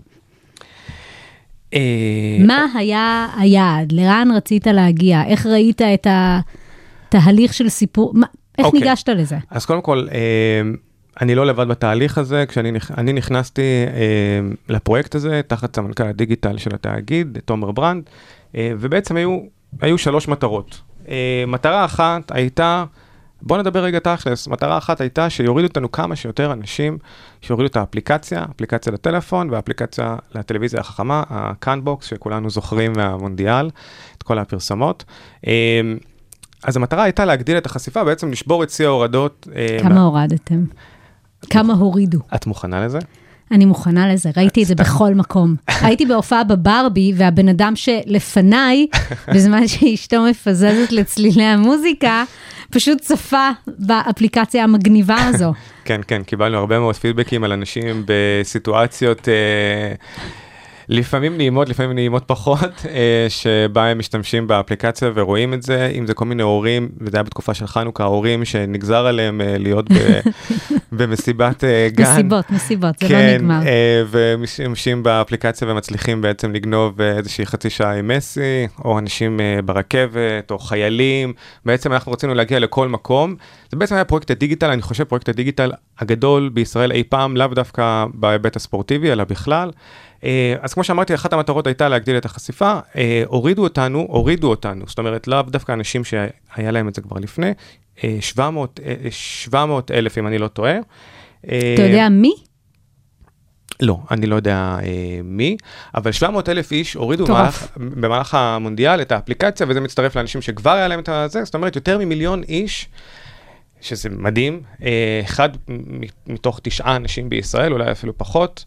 מה היה היעד? לאן רצית להגיע? איך ראית את התהליך של סיפור? איך ניגשת לזה? אז קודם כל, אני לא לבד בתהליך הזה, כשאני נכנסתי לפרויקט הזה, תחת סמנכ"ל הדיגיטל של התאגיד, תומר ברנד, ובעצם היו היו שלוש מטרות. מטרה אחת הייתה, בוא נדבר רגע תכלס, מטרה אחת הייתה שיורידו אותנו כמה שיותר אנשים, שיורידו את האפליקציה, אפליקציה לטלפון והאפליקציה לטלוויזיה החכמה, הקאנבוקס, שכולנו זוכרים מהמונדיאל, את כל הפרסומות. אז המטרה הייתה להגדיל את החשיפה, בעצם לשבור את שיא ההורדות. כמה הורדתם? כמה הורידו? את מוכנה לזה? אני מוכנה לזה, ראיתי את זה בכל מקום. הייתי בהופעה בברבי, והבן אדם שלפניי, בזמן שאשתו מפזזת לצלילי המוזיקה, פשוט צפה באפליקציה המגניבה הזו. כן, כן, קיבלנו הרבה מאוד פידבקים על אנשים בסיטואציות לפעמים נעימות, לפעמים נעימות פחות, שבה הם משתמשים באפליקציה ורואים את זה, אם זה כל מיני הורים, וזה היה בתקופה של חנוכה, הורים שנגזר עליהם להיות במסיבת גן. מסיבות, מסיבות, זה לא נגמר. ומשתמשים באפליקציה ומצליחים בעצם לגנוב איזושהי חצי שעה עם מסי, או אנשים ברכבת, או חיילים, בעצם אנחנו רצינו להגיע לכל מקום. זה בעצם היה פרויקט הדיגיטל, אני חושב פרויקט הדיגיטל הגדול בישראל אי פעם, לאו דווקא בהיבט הספורטיבי, אלא בכלל. אז כמו שאמרתי, אחת המטרות הייתה להגדיל את החשיפה, הורידו אותנו, הורידו אותנו, זאת אומרת, לאו דווקא אנשים שהיה להם את זה כבר לפני, שבע מאות אלף אם אני לא טועה. אתה יודע מי? לא, אני לא יודע מי, אבל שבע מאות אלף איש הורידו במהלך המונדיאל את האפליקציה, וזה מצטרף לאנשים שכבר היה להם את זה, זאת אומרת, יותר ממיליון איש, שזה מדהים, אחד מתוך תשעה אנשים בישראל, אולי אפילו פחות,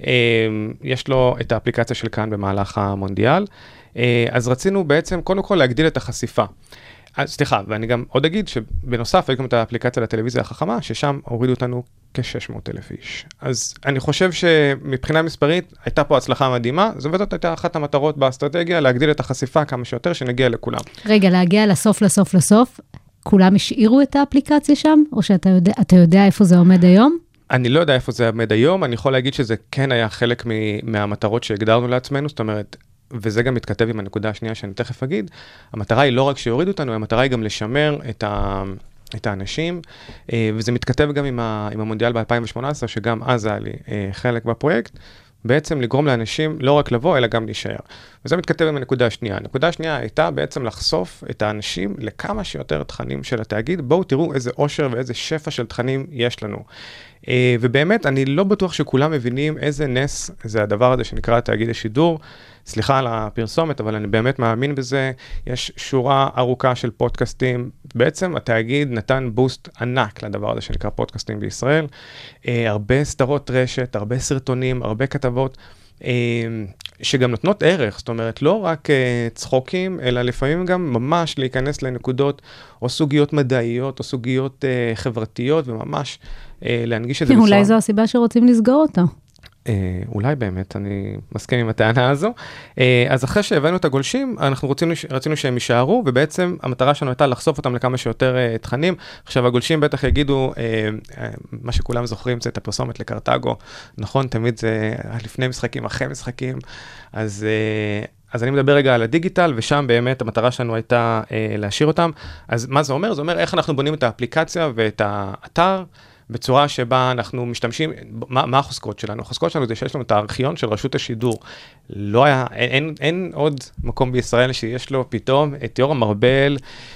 יש לו את האפליקציה של כאן במהלך המונדיאל, אז רצינו בעצם קודם כל להגדיל את החשיפה. אז סליחה, ואני גם עוד אגיד שבנוסף יש גם את האפליקציה לטלוויזיה החכמה, ששם הורידו אותנו כ-שש מאות אלף איש. אז אני חושב שמבחינה מספרית הייתה פה הצלחה מדהימה, זו וזאת הייתה אחת המטרות באסטרטגיה, להגדיל את החשיפה כמה שיותר, שנגיע לכולם. רגע, להגיע לסוף, לסוף, לסוף, כולם השאירו את האפליקציה שם, או שאתה יודע, אתה יודע איפה זה עומד היום? אני לא יודע איפה זה עומד היום, אני יכול להגיד שזה כן היה חלק מהמטרות שהגדרנו לעצמנו, זאת אומרת, וזה גם מתכתב עם הנקודה השנייה שאני תכף אגיד, המטרה היא לא רק שיורידו אותנו, המטרה היא גם לשמר את, ה, את האנשים, וזה מתכתב גם עם, ה, עם המונדיאל ב-אלפיים שמונה עשרה, שגם אז היה לי חלק בפרויקט, בעצם לגרום לאנשים לא רק לבוא, אלא גם להישאר. וזה מתכתב עם הנקודה השנייה. הנקודה השנייה הייתה בעצם לחשוף את האנשים לכמה שיותר תכנים של התאגיד. בואו תראו איזה עושר ואיזה שפע של תכנים יש לנו. ובאמת, אני לא בטוח שכולם מבינים איזה נס זה הדבר הזה שנקרא תאגיד השידור. סליחה על הפרסומת, אבל אני באמת מאמין בזה. יש שורה ארוכה של פודקאסטים. בעצם התאגיד נתן בוסט ענק לדבר הזה שנקרא פודקאסטים בישראל. הרבה סדרות רשת, הרבה סרטונים, הרבה כתבות, שגם נותנות ערך. זאת אומרת, לא רק צחוקים, אלא לפעמים גם ממש להיכנס לנקודות או סוגיות מדעיות או סוגיות חברתיות, וממש להנגיש את זה בצורה. אולי זו הסיבה שרוצים לסגור אותו. אולי באמת, אני מסכים עם הטענה הזו. אז אחרי שהבאנו את הגולשים, אנחנו רצינו, רצינו שהם יישארו, ובעצם המטרה שלנו הייתה לחשוף אותם לכמה שיותר תכנים. עכשיו, הגולשים בטח יגידו, מה שכולם זוכרים זה את הפרסומת לקרטגו, נכון? תמיד זה לפני משחקים, אחרי משחקים. אז, אז אני מדבר רגע על הדיגיטל, ושם באמת המטרה שלנו הייתה להשאיר אותם. אז מה זה אומר? זה אומר איך אנחנו בונים את האפליקציה ואת האתר, בצורה שבה אנחנו משתמשים, מה, מה החוזקות שלנו? החוזקות שלנו זה שיש לנו את הארכיון של רשות השידור. לא היה, אין, אין, אין עוד מקום בישראל שיש לו פתאום את יורם ארבל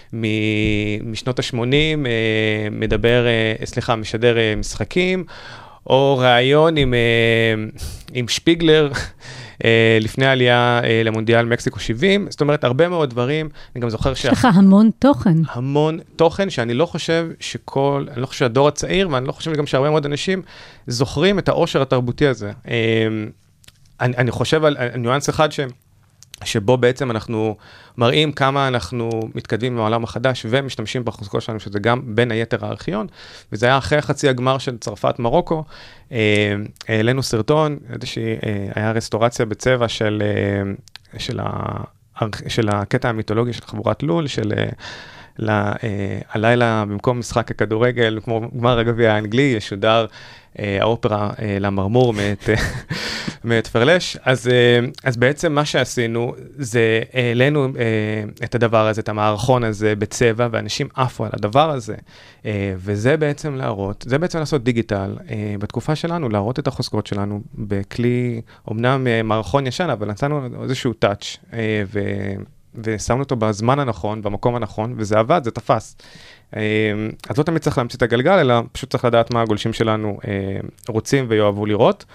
משנות ה-שמונים, מדבר, סליחה, משדר משחקים, או ראיון עם, עם שפיגלר, לפני העלייה למונדיאל מקסיקו שבעים, זאת אומרת, הרבה מאוד דברים, אני גם זוכר ש... יש לך המון תוכן. המון תוכן, שאני לא חושב שכל, אני לא חושב שהדור הצעיר, ואני לא חושב גם שהרבה מאוד אנשים זוכרים את העושר התרבותי הזה. אני, אני חושב על ניואנס אחד ש... שבו בעצם אנחנו מראים כמה אנחנו מתקדמים מהעולם החדש ומשתמשים בחוזקות שלנו, שזה גם בין היתר הארכיון, וזה היה אחרי חצי הגמר של צרפת מרוקו, העלינו סרטון, היה רסטורציה בצבע של, של, ה, של הקטע המיתולוגי של חבורת לול, של לה, הלילה במקום משחק הכדורגל, כמו גמר הגביע האנגלי, ישודר האופרה למרמור מאת, מאת פרלש. אז, אז בעצם מה שעשינו זה העלינו את הדבר הזה, את המערכון הזה בצבע, ואנשים עפו על הדבר הזה. וזה בעצם להראות, זה בעצם לעשות דיגיטל בתקופה שלנו, להראות את החוזקות שלנו בכלי, אמנם מערכון ישן, אבל נתנו איזשהו טאץ' ו... ושמנו אותו בזמן הנכון, במקום הנכון, וזה עבד, זה תפס. אז לא תמיד צריך להמציא את הגלגל, אלא פשוט צריך לדעת מה הגולשים שלנו רוצים ויואבו לראות.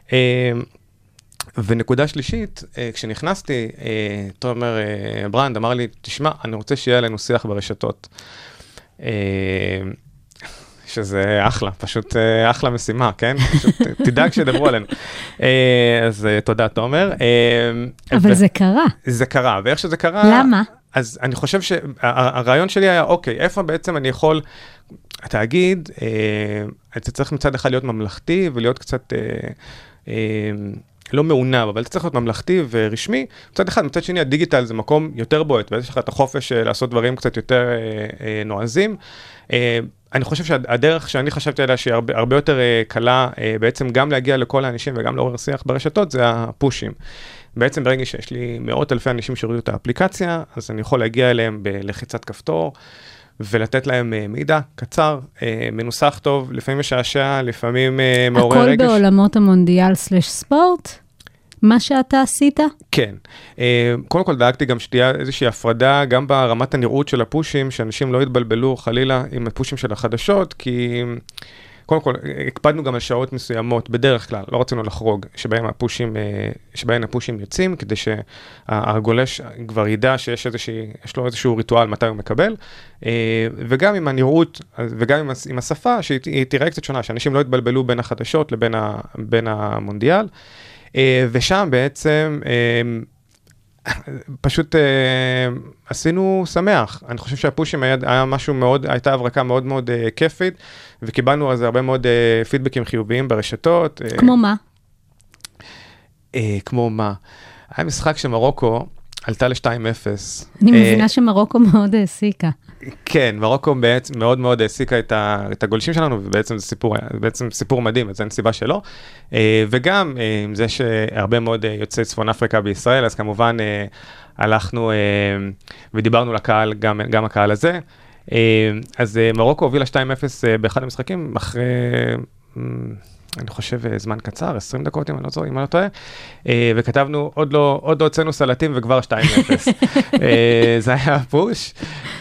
ונקודה שלישית, כשנכנסתי, תומר ברנד אמר לי, תשמע, אני רוצה שיהיה לנו שיח ברשתות. שזה אחלה, פשוט אחלה משימה, כן? פשוט תדאג שידברו עלינו. אז תודה, תומר. אבל זה קרה. זה קרה, ואיך שזה קרה... למה? אז אני חושב שהרעיון שלי היה, אוקיי, איפה בעצם אני יכול, התאגיד, אתה צריך מצד אחד להיות ממלכתי, ולהיות קצת... לא מעונב, אבל זה צריך להיות ממלכתי ורשמי. מצד אחד, מצד שני, הדיגיטל זה מקום יותר בועט, ויש לך את החופש לעשות דברים קצת יותר נועזים. אני חושב שהדרך שאני חשבתי עליה, שהיא הרבה, הרבה יותר קלה, בעצם גם להגיע לכל האנשים וגם לעורר שיח ברשתות, זה הפושים. בעצם ברגע שיש לי מאות אלפי אנשים שהורידו את האפליקציה, אז אני יכול להגיע אליהם בלחיצת כפתור, ולתת להם מידע קצר, מנוסח טוב, לפעמים משעשע, לפעמים מעורר רגש. הכל בעולמות המונדיאל סלש ספורט? מה שאתה עשית? כן. קודם כל דאגתי גם שתהיה איזושהי הפרדה, גם ברמת הנראות של הפושים, שאנשים לא יתבלבלו חלילה עם הפושים של החדשות, כי קודם כל הקפדנו גם על שעות מסוימות, בדרך כלל, לא רצינו לחרוג, שבהם הפושים, שבהם הפושים יוצאים, כדי שהגולש כבר ידע שיש איזושהי, יש לו איזשהו ריטואל מתי הוא מקבל, וגם עם הנראות, וגם עם, עם השפה, שהיא תראה קצת שונה, שאנשים לא יתבלבלו בין החדשות לבין ה, בין המונדיאל, ושם בעצם פשוט עשינו שמח. אני חושב שהפושים היה, היה משהו מאוד, הייתה הברקה מאוד מאוד כיפית, וקיבלנו על זה הרבה מאוד פידבקים חיוביים ברשתות. כמו מה? כמו מה? היה משחק שמרוקו עלתה ל-שתיים אפס. אני מבינה שמרוקו מאוד העסיקה. כן, מרוקו בעצם מאוד מאוד העסיקה את, ה, את הגולשים שלנו, ובעצם זה סיפור, בעצם סיפור מדהים, אז אין סיבה שלא. וגם עם זה שהרבה מאוד יוצאי צפון אפריקה בישראל, אז כמובן הלכנו ודיברנו לקהל, גם, גם הקהל הזה. אז מרוקו הובילה שתיים אפס באחד המשחקים, אחרי... אני חושב זמן קצר, עשרים דקות אם אני לא זוכר, אם אני לא טועה, וכתבנו, עוד לא, עוד לא הוצאנו סלטים וכבר שתיים אפס. זה היה הפוש.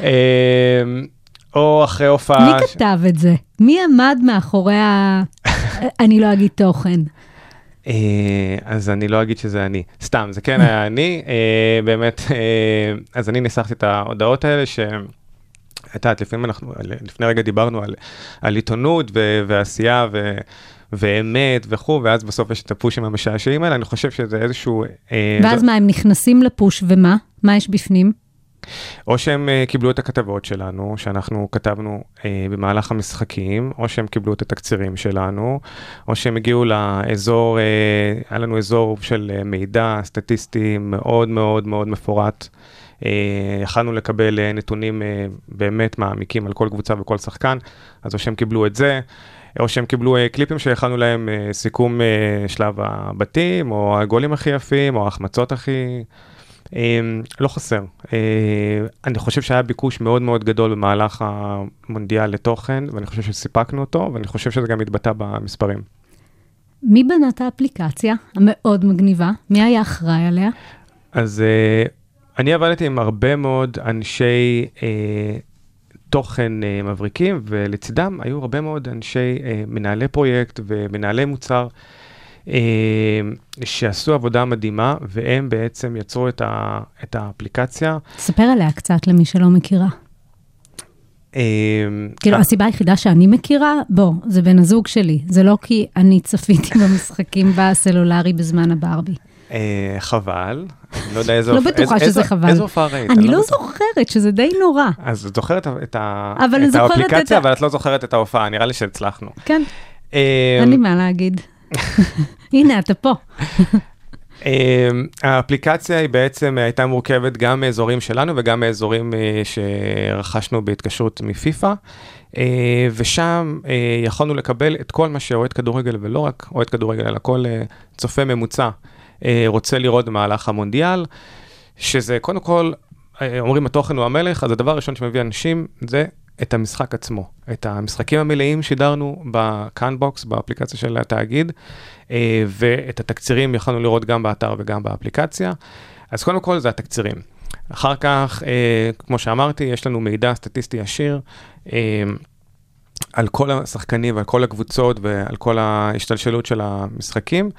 או אחרי הופעה... מי כתב את זה? מי עמד מאחורי ה... אני לא אגיד תוכן. אז אני לא אגיד שזה אני. סתם, זה כן היה אני. באמת, אז אני ניסחתי את ההודעות האלה ש... הייתה, לפני, אנחנו, לפני רגע דיברנו על, על עיתונות ו- ועשייה ו- ואמת וכו', ואז בסוף יש את הפושים המשעשעים האלה, אני חושב שזה איזשהו... ואז זה... מה, הם נכנסים לפוש ומה? מה יש בפנים? או שהם uh, קיבלו את הכתבות שלנו, שאנחנו כתבנו uh, במהלך המשחקים, או שהם קיבלו את התקצירים שלנו, או שהם הגיעו לאזור, uh, היה לנו אזור של uh, מידע סטטיסטי מאוד מאוד מאוד מפורט, יכלנו לקבל נתונים באמת מעמיקים על כל קבוצה וכל שחקן, אז או שהם קיבלו את זה, או שהם קיבלו קליפים שיכלנו להם סיכום שלב הבתים, או הגולים הכי יפים, או ההחמצות הכי... לא חסר. אני חושב שהיה ביקוש מאוד מאוד גדול במהלך המונדיאל לתוכן, ואני חושב שסיפקנו אותו, ואני חושב שזה גם התבטא במספרים. מי בנה את האפליקציה המאוד מגניבה? מי היה אחראי עליה? אז... אני עבדתי עם הרבה מאוד אנשי אה, תוכן אה, מבריקים, ולצדם היו הרבה מאוד אנשי אה, מנהלי פרויקט ומנהלי מוצר, שעשו עבודה מדהימה, והם בעצם יצרו את, ה, את האפליקציה. ספר עליה קצת למי שלא מכירה. כאילו, הסיבה היחידה שאני מכירה, בוא, זה בן הזוג שלי. זה לא כי אני צפיתי במשחקים בסלולרי בזמן הברבי. חבל. אני לא יודע איזו... לא בטוחה שזה חבל. איזו הופעה ראית? אני לא זוכרת, שזה די נורא. אז את זוכרת את האפליקציה, אבל את לא זוכרת את ההופעה. נראה לי שהצלחנו. כן. אין לי מה להגיד. הנה, אתה פה. האפליקציה היא בעצם הייתה מורכבת גם מאזורים שלנו וגם מאזורים שרכשנו בהתקשרות מפיפה, ושם יכולנו לקבל את כל מה שאוהד כדורגל, ולא רק אוהד כדורגל, אלא כל צופה ממוצע רוצה לראות במהלך המונדיאל, שזה קודם כל, אומרים התוכן הוא המלך, אז הדבר הראשון שמביא אנשים זה את המשחק עצמו. את המשחקים המלאים שידרנו בקאנבוקס, באפליקציה של התאגיד, ואת התקצירים יכולנו לראות גם באתר וגם באפליקציה. אז קודם כל זה התקצירים. אחר כך, כמו שאמרתי, יש לנו מידע סטטיסטי ישיר, על כל השחקנים ועל כל הקבוצות ועל כל ההשתלשלות של המשחקים.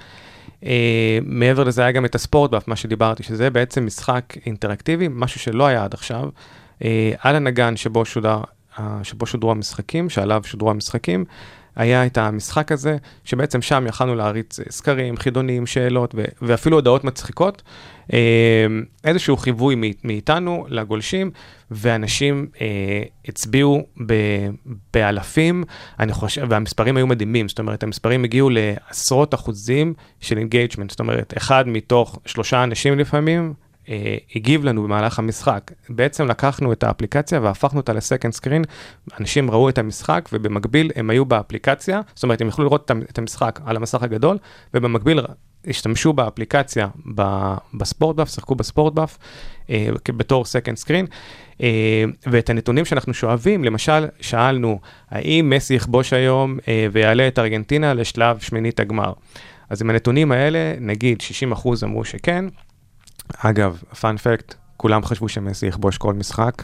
מעבר לזה היה גם את הספורט, מה שדיברתי, שזה בעצם משחק אינטראקטיבי, משהו שלא היה עד עכשיו, על הנגן שבו שודר, שבו שודרו המשחקים, שעליו שודרו המשחקים, היה את המשחק הזה, שבעצם שם יכלנו להריץ סקרים, חידונים, שאלות, ו- ואפילו הודעות מצחיקות, איזשהו חיווי מאיתנו לגולשים, ואנשים אה, הצביעו ב- באלפים, אני חושב, והמספרים היו מדהימים, זאת אומרת, המספרים הגיעו לעשרות אחוזים של אינגייג'מנט, זאת אומרת, אחד מתוך שלושה אנשים לפעמים, הגיב לנו במהלך המשחק. בעצם לקחנו את האפליקציה והפכנו אותה לסקנד סקרין, אנשים ראו את המשחק ובמקביל הם היו באפליקציה, זאת אומרת הם יכלו לראות את המשחק על המסך הגדול, ובמקביל השתמשו באפליקציה בספורטבאף, שחקו בספורטבאף, בתור סקנד סקרין, ואת הנתונים שאנחנו שואבים, למשל שאלנו, האם מסי יכבוש היום ויעלה את ארגנטינה לשלב שמינית הגמר? אז עם הנתונים האלה, נגיד שישים אחוז אמרו שכן, אגב, פאנ פקט, כולם חשבו שמסי יכבוש כל משחק.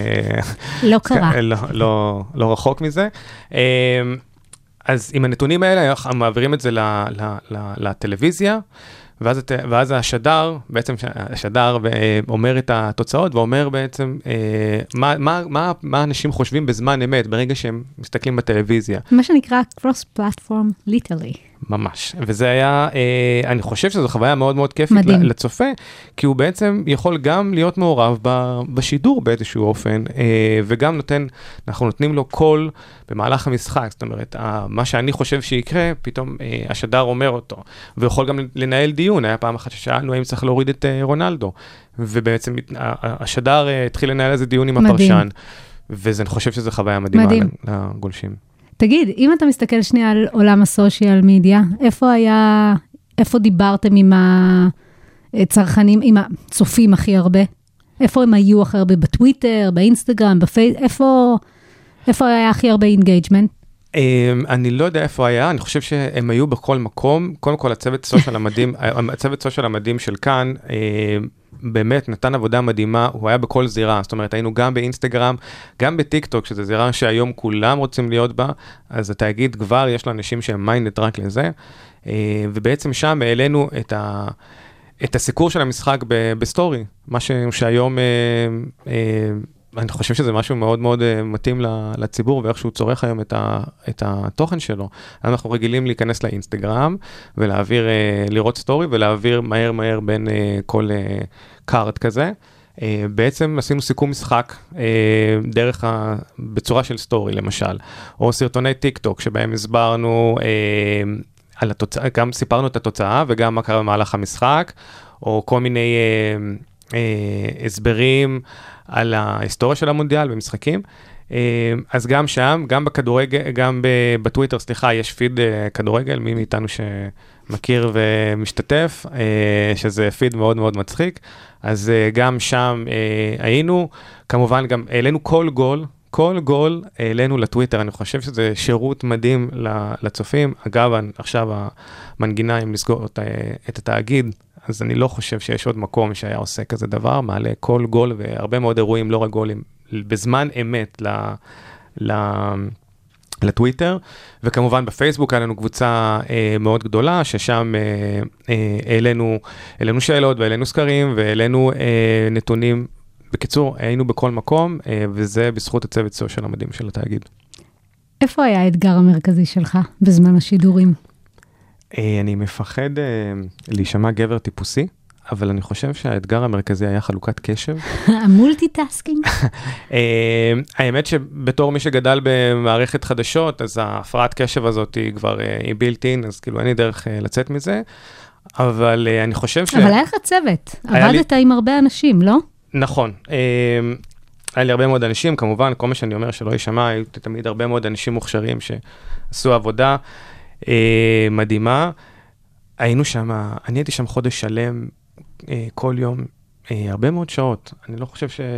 לא קרה. לא, לא, לא רחוק מזה. אז עם הנתונים האלה, מעבירים את זה לטלוויזיה, ואז, ואז השדר, בעצם השדר אומר את התוצאות, ואומר בעצם מה, מה, מה, מה אנשים חושבים בזמן אמת, ברגע שהם מסתכלים בטלוויזיה. מה שנקרא cross-platform literally. ממש, וזה היה, אה, אני חושב שזו חוויה מאוד מאוד כיפית מדהים. לצופה, כי הוא בעצם יכול גם להיות מעורב ב, בשידור באיזשהו אופן, אה, וגם נותן, אנחנו נותנים לו קול במהלך המשחק, זאת אומרת, אה, מה שאני חושב שיקרה, פתאום אה, השדר אומר אותו, ויכול גם לנהל דיון, היה פעם אחת ששאלנו האם צריך להוריד את אה, רונלדו, ובעצם אה, השדר אה, התחיל לנהל איזה דיון עם מדהים. הפרשן, וזה, אני חושב שזו חוויה מדהימה מדהים. לגולשים. תגיד, אם אתה מסתכל שנייה על עולם הסושיאל מדיה, איפה היה, איפה דיברתם עם הצרכנים, עם הצופים הכי הרבה? איפה הם היו הכי הרבה? בטוויטר, באינסטגרם, בפייס, איפה, איפה היה הכי הרבה אינגייג'מנט? אני לא יודע איפה היה, אני חושב שהם היו בכל מקום, קודם כל הצוות סושיאל המדהים, הצוות סושיאל המדהים של כאן, באמת נתן עבודה מדהימה, הוא היה בכל זירה, זאת אומרת, היינו גם באינסטגרם, גם בטיקטוק, שזו זירה שהיום כולם רוצים להיות בה, אז התאגיד כבר יש לאנשים שהם מיינד רק לזה, ובעצם שם העלינו את ה... את הסיקור של המשחק בסטורי, מה שהיום, אני חושב שזה משהו מאוד מאוד מתאים לציבור, ואיך שהוא צורך היום את התוכן שלו. אנחנו רגילים להיכנס לאינסטגרם, ולהעביר, לראות סטורי, ולהעביר מהר מהר בין כל קארט כזה. בעצם עשינו סיכום משחק דרך, בצורה של סטורי למשל, או סרטוני טיק טוק, שבהם הסברנו על התוצאה, גם סיפרנו את התוצאה, וגם מה קרה במהלך המשחק, או כל מיני אה, אה, הסברים על ההיסטוריה של המונדיאל במשחקים. אה, אז גם שם, גם בכדורגל, גם בטוויטר, סליחה, יש פיד אה, כדורגל, מי מאיתנו שמכיר ומשתתף, אה, שזה פיד מאוד מאוד מצחיק. אז אה, גם שם אה, היינו, כמובן גם העלינו כל גול, כל גול העלינו לטוויטר, אני חושב שזה שירות מדהים לצופים. אגב, עכשיו המנגינה, אם לסגור את התאגיד, אז אני לא חושב שיש עוד מקום שהיה עושה כזה דבר, מעלה כל גול והרבה מאוד אירועים, לא רק גולים, בזמן אמת לטוויטר, וכמובן בפייסבוק היה לנו קבוצה אה, מאוד גדולה, ששם אה, אה, העלינו, העלינו שאלות והעלינו סקרים, והעלינו אה, נתונים. בקיצור, היינו בכל מקום, אה, וזה בזכות הצוות סושיאל המדהים של התאגיד. איפה היה האתגר המרכזי שלך בזמן השידורים? אה, אני מפחד אה, להישמע גבר טיפוסי, אבל אני חושב שהאתגר המרכזי היה חלוקת קשב. המולטיטאסקינג? האמת שבתור מי שגדל במערכת חדשות, אז ההפרעת קשב הזאת היא כבר, היא built in, אז כאילו אין לי דרך לצאת מזה, אבל אני חושב ש... אבל היה לך צוות, עבדת עם הרבה אנשים, לא? נכון. היה לי הרבה מאוד אנשים, כמובן, כל מה שאני אומר שלא יישמע, היו תמיד הרבה מאוד אנשים מוכשרים שעשו עבודה מדהימה. היינו שם, אני הייתי שם חודש שלם, כל יום, הרבה מאוד שעות. אני לא חושב ש...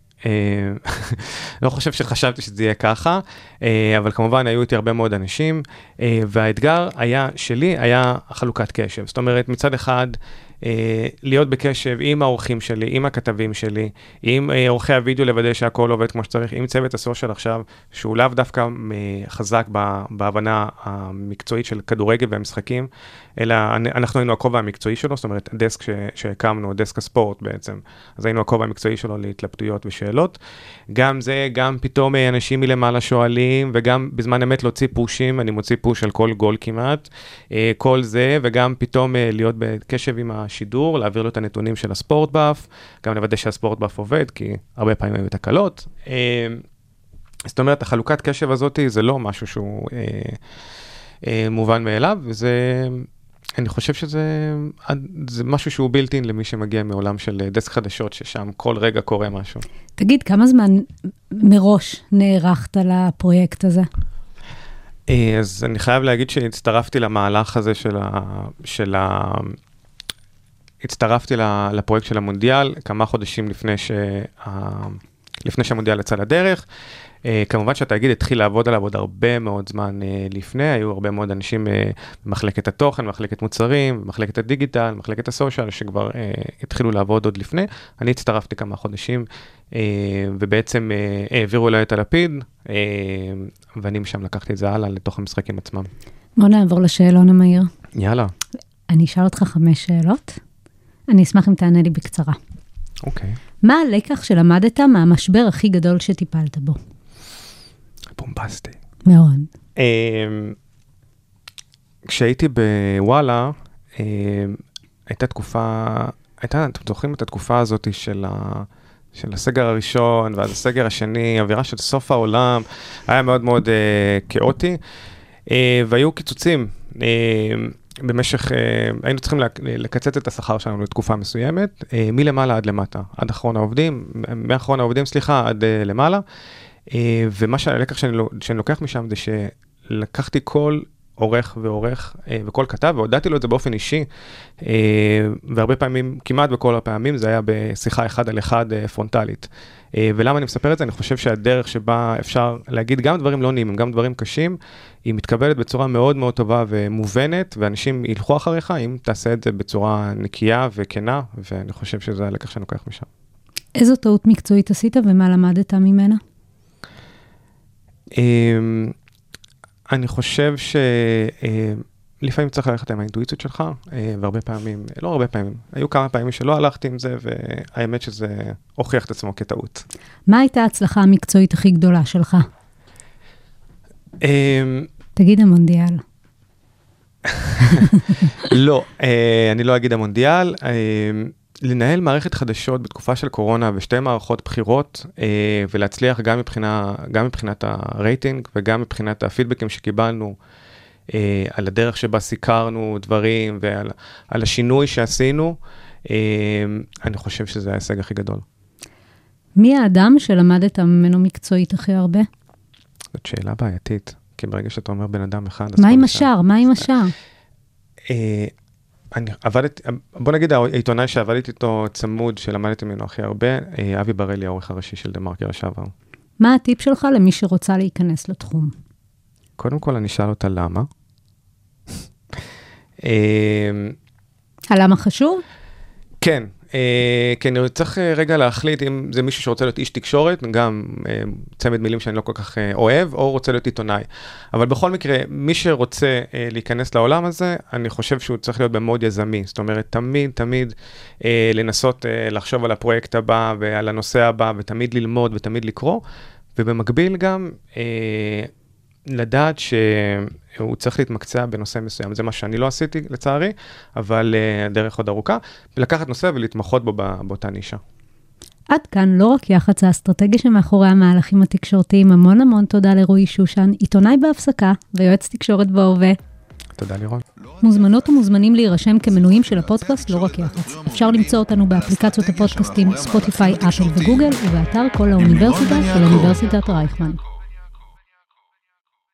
לא חושב שחשבתי שזה יהיה ככה, אבל כמובן היו איתי הרבה מאוד אנשים, והאתגר היה, שלי היה חלוקת קשב. זאת אומרת, מצד אחד, להיות בקשב עם האורחים שלי, עם הכתבים שלי, עם אורחי הוידאו לוודא שהכל עובד כמו שצריך, עם צוות הסושיאל עכשיו, שהוא לאו דווקא חזק בהבנה המקצועית של כדורגל והמשחקים, אלא אנחנו היינו הכובע המקצועי שלו, זאת אומרת, הדסק שהקמנו, דסק הספורט בעצם, אז היינו הכובע המקצועי שלו להתלבטויות ושאלות. גם זה, גם פתאום אנשים מלמעלה שואלים, וגם בזמן אמת להוציא פושים, אני מוציא פוש על כל גול כמעט, כל זה, וגם פתאום להיות בקשב עם השידור, להעביר לו את הנתונים של הספורט באף, גם לוודא שהספורט באף עובד, כי הרבה פעמים היו תקלות. זאת אומרת, החלוקת קשב הזאת זה לא משהו שהוא מובן מאליו, וזה, אני חושב שזה זה משהו שהוא בילט אין למי שמגיע מעולם של דסק חדשות, ששם כל רגע קורה משהו. תגיד, כמה זמן מראש נערכת לפרויקט הזה? אז אני חייב להגיד שהצטרפתי למהלך הזה של ה... של ה... הצטרפתי לפרויקט של המונדיאל, כמה חודשים לפני, שה... לפני שהמונדיאל יצא לדרך. כמובן שהתאגיד התחיל לעבוד עליו עוד הרבה מאוד זמן לפני, היו הרבה מאוד אנשים במחלקת התוכן, במחלקת מוצרים, במחלקת הדיגיטל, במחלקת הסושיאל, שכבר התחילו לעבוד עוד לפני. אני הצטרפתי כמה חודשים, ובעצם העבירו אליי את הלפיד, ואני משם לקחתי את זה הלאה לתוך המשחקים עצמם. בוא נעבור לשאלון המהיר. יאללה. אני אשאל אותך חמש שאלות. אני אשמח אם תענה לי בקצרה. אוקיי. מה הלקח שלמדת מהמשבר הכי גדול שטיפלת בו? בומבסטי. מאוד. כשהייתי בוואלה, הייתה תקופה, הייתה, אתם זוכרים את התקופה הזאת של ה... של הסגר הראשון, ואז הסגר השני, אווירה של סוף העולם, היה מאוד מאוד כאוטי, והיו קיצוצים. במשך, היינו צריכים לקצץ את השכר שלנו לתקופה מסוימת, מלמעלה עד למטה, עד אחרון העובדים, מאחרון העובדים, סליחה, עד למעלה, ומה שהלקח שאני, שאני לוקח משם זה שלקחתי כל עורך ועורך וכל כתב, והודעתי לו את זה באופן אישי, והרבה פעמים, כמעט בכל הפעמים, זה היה בשיחה אחד על אחד פרונטלית. ולמה אני מספר את זה? אני חושב שהדרך שבה אפשר להגיד גם דברים לא נעימים, גם דברים קשים, היא מתקבלת בצורה מאוד מאוד טובה ומובנת, ואנשים ילכו אחריך אם תעשה את זה בצורה נקייה וכנה, ואני חושב שזה הלקח שאני לוקח משם. איזו טעות מקצועית עשית ומה למדת ממנה? אני חושב שלפעמים צריך ללכת עם האינטואיציות שלך, והרבה פעמים, לא הרבה פעמים, היו כמה פעמים שלא הלכתי עם זה, והאמת שזה הוכיח את עצמו כטעות. מה הייתה ההצלחה המקצועית הכי גדולה שלך? תגיד המונדיאל. לא, אני לא אגיד המונדיאל. לנהל מערכת חדשות בתקופה של קורונה ושתי מערכות בחירות, ולהצליח גם מבחינה, גם מבחינת הרייטינג וגם מבחינת הפידבקים שקיבלנו, על הדרך שבה סיקרנו דברים ועל על השינוי שעשינו, אני חושב שזה ההישג הכי גדול. מי האדם שלמדת ממנו מקצועית הכי הרבה? זאת שאלה בעייתית, כי ברגע שאתה אומר בן אדם אחד... מה עם השאר? מה עם השאר? אני עבדתי, בוא נגיד, העיתונאי שעבדתי איתו צמוד, שלמדתי ממנו הכי הרבה, אבי ברלי, העורך הראשי של דה-מרקר לשעבר. מה הטיפ שלך למי שרוצה להיכנס לתחום? קודם כל, אני אשאל אותה למה. הלמה חשוב? כן, כי אני צריך רגע להחליט אם זה מישהו שרוצה להיות איש תקשורת, גם צמד מילים שאני לא כל כך אוהב, או רוצה להיות עיתונאי. אבל בכל מקרה, מי שרוצה להיכנס לעולם הזה, אני חושב שהוא צריך להיות במוד יזמי. זאת אומרת, תמיד, תמיד לנסות לחשוב על הפרויקט הבא ועל הנושא הבא, ותמיד ללמוד ותמיד לקרוא, ובמקביל גם לדעת שהוא צריך להתמקצע בנושא מסוים. זה מה שאני לא עשיתי לצערי, אבל הדרך עוד ארוכה, ולקחת נושא ולהתמחות בו באותה נישה. עד כאן לא רק יח"צ האסטרטגיה שמאחורי המהלכים התקשורתיים. המון המון תודה לרועי שושן, עיתונאי בהפסקה ויועץ תקשורת בהווה. תודה לירון. מוזמנות ומוזמנים להירשם כמנויים של הפודקאסט לא רק יח"צ. אפשר למצוא אותנו באפליקציות הפודקאסטים ספוטיפיי, אפל וגוגל, ובאתר כל האוניברסיטה של אוניברסיטת רייכמן.